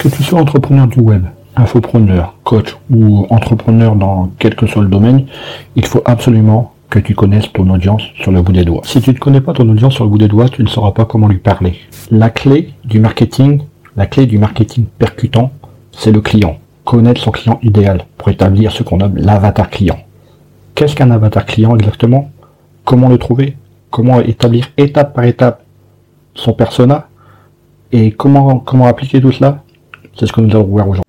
Que tu sois entrepreneur du web, infopreneur, coach ou entrepreneur dans quel que soit le domaine, il faut absolument que tu connaisses ton audience sur le bout des doigts. Si tu ne connais pas ton audience sur le bout des doigts, tu ne sauras pas comment lui parler. La clé du marketing percutant, c'est le client. Connaître son client idéal pour établir ce qu'on nomme l'avatar client. Qu'est-ce qu'un avatar client exactement? Comment le trouver? Comment établir étape par étape son persona? Et comment appliquer tout cela? C'est ce que nous allons voir aujourd'hui.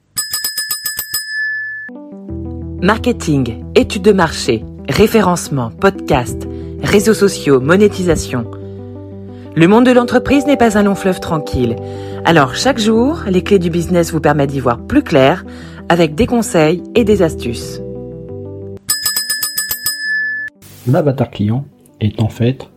Marketing, études de marché, référencement, podcast, réseaux sociaux, monétisation. Le monde de l'entreprise n'est pas un long fleuve tranquille. Alors chaque jour, les clés du business vous permettent d'y voir plus clair avec des conseils et des astuces. L'avatar client est en fait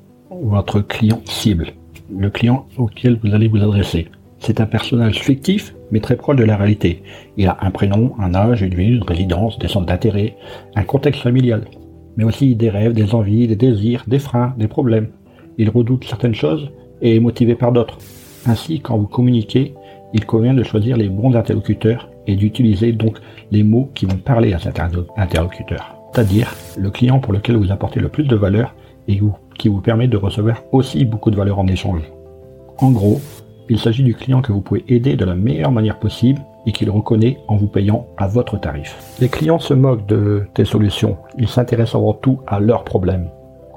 votre client cible, le client auquel vous allez vous adresser. C'est un personnage fictif, mais très proche de la réalité. Il a un prénom, un âge, une ville, une résidence, des centres d'intérêt, un contexte familial, mais aussi des rêves, des envies, des désirs, des freins, des problèmes. Il redoute certaines choses et est motivé par d'autres. Ainsi, quand vous communiquez, il convient de choisir les bons interlocuteurs et d'utiliser donc les mots qui vont parler à cet interlocuteur. C'est-à-dire le client pour lequel vous apportez le plus de valeur et qui vous permet de recevoir aussi beaucoup de valeur en échange. En gros, il s'agit du client que vous pouvez aider de la meilleure manière possible et qu'il reconnaît en vous payant à votre tarif. Les clients se moquent de tes solutions, ils s'intéressent avant tout à leurs problèmes.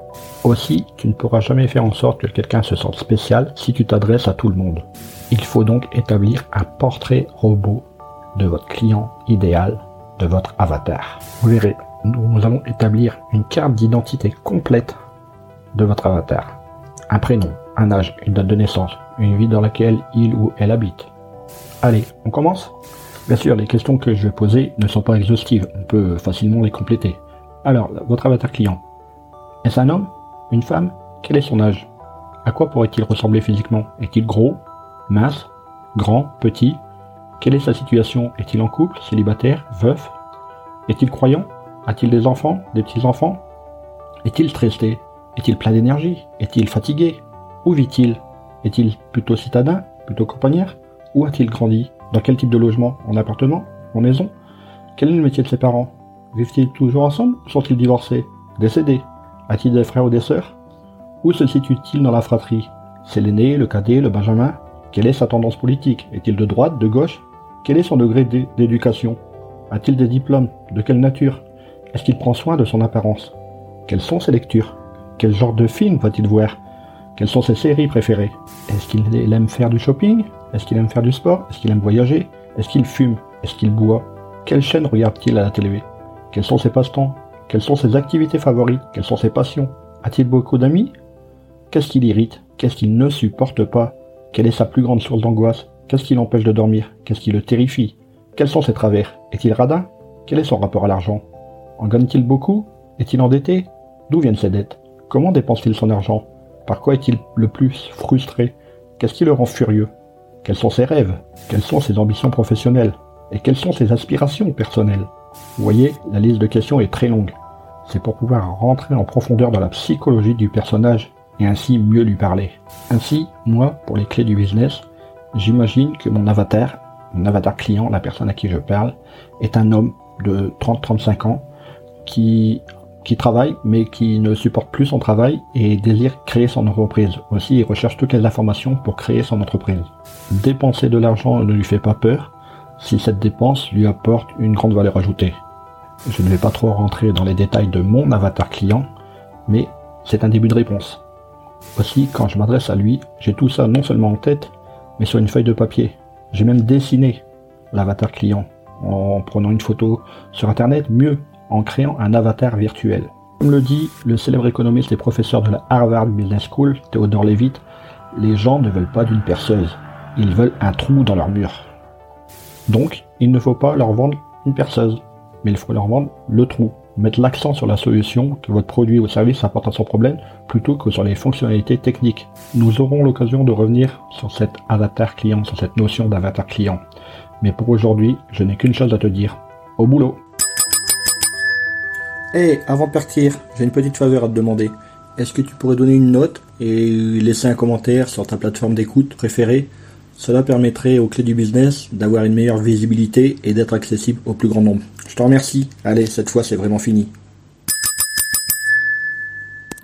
Aussi, tu ne pourras jamais faire en sorte que quelqu'un se sente spécial si tu t'adresses à tout le monde. Il faut donc établir un portrait robot de votre client idéal, de votre avatar. Vous verrez, nous allons établir une carte d'identité complète de votre avatar. Un prénom, un âge, une date de naissance, une ville dans laquelle il ou elle habite. Allez, on commence? Bien sûr, les questions que je vais poser ne sont pas exhaustives, on peut facilement les compléter. Alors, votre avatar client, est-ce un homme? Une femme? Quel est son âge? À quoi pourrait-il ressembler physiquement? Est-il gros? Mince? Grand? Petit? Quelle est sa situation? Est-il en couple? Célibataire? Veuf? Est-il croyant? A-t-il des enfants? Des petits-enfants? Est-il stressé? Est-il plein d'énergie? Est-il fatigué? Où vit-il? Est-il plutôt citadin? Plutôt campagnard? Où a-t-il grandi? Dans quel type de logement? En appartement? En maison? Quel est le métier de ses parents? Vivent-ils toujours ensemble ou sont-ils divorcés? Décédés? A-t-il des frères ou des sœurs? Où se situe-t-il dans la fratrie? C'est l'aîné, le cadet, le benjamin? Quelle est sa tendance politique? Est-il de droite, de gauche? Quel est son degré d'éducation? A-t-il des diplômes? De quelle nature? Est-ce qu'il prend soin de son apparence? Quelles sont ses lectures? Quel genre de film va-t-il voir? Quelles sont ses séries préférées? Est-ce qu'il aime faire du shopping? Est-ce qu'il aime faire du sport? Est-ce qu'il aime voyager? Est-ce qu'il fume? Est-ce qu'il boit? Quelle chaîne regarde-t-il à la télé? Quels sont ses passe-temps? Quelles sont ses activités favorites? Quelles sont ses passions? A-t-il beaucoup d'amis? Qu'est-ce qui l'irrite? Qu'est-ce qu'il ne supporte pas? Quelle est sa plus grande source d'angoisse? Qu'est-ce qui l'empêche de dormir? Qu'est-ce qui le terrifie? Quels sont ses travers? Est-il radin? Quel est son rapport à l'argent? En gagne-t-il beaucoup? Est-il endetté? D'où viennent ses dettes? Comment dépense-t-il son argent? Par quoi est-il le plus frustré? Qu'est-ce qui le rend furieux? Quels sont ses rêves? Quelles sont ses ambitions professionnelles? Et quelles sont ses aspirations personnelles? Vous voyez, la liste de questions est très longue. C'est pour pouvoir rentrer en profondeur dans la psychologie du personnage et ainsi mieux lui parler. Ainsi, moi, pour les clés du business, j'imagine que mon avatar client, la personne à qui je parle, est un homme de 30-35 ans qui travaille mais qui ne supporte plus son travail et désire créer son entreprise. Aussi, il recherche toutes les informations pour créer son entreprise. Dépenser de l'argent ne lui fait pas peur si cette dépense lui apporte une grande valeur ajoutée. Je ne vais pas trop rentrer dans les détails de mon avatar client, mais c'est un début de réponse. Aussi, quand je m'adresse à lui, j'ai tout ça non seulement en tête, mais sur une feuille de papier. J'ai même dessiné l'avatar client en prenant une photo sur internet, mieux, en créant un avatar virtuel. Comme le dit le célèbre économiste et professeur de la Harvard Business School, Theodore Levitt, les gens ne veulent pas d'une perceuse, ils veulent un trou dans leur mur. Donc, il ne faut pas leur vendre une perceuse, mais il faut leur vendre le trou. Mettre l'accent sur la solution que votre produit ou service apporte à son problème, plutôt que sur les fonctionnalités techniques. Nous aurons l'occasion de revenir sur cet avatar client, sur cette notion d'avatar client. Mais pour aujourd'hui, je n'ai qu'une chose à te dire. Au boulot! Hey, avant de partir, j'ai une petite faveur à te demander. Est-ce que tu pourrais donner une note et laisser un commentaire sur ta plateforme d'écoute préférée? Cela permettrait aux clés du business d'avoir une meilleure visibilité et d'être accessible au plus grand nombre. Je te remercie. Allez, cette fois c'est vraiment fini.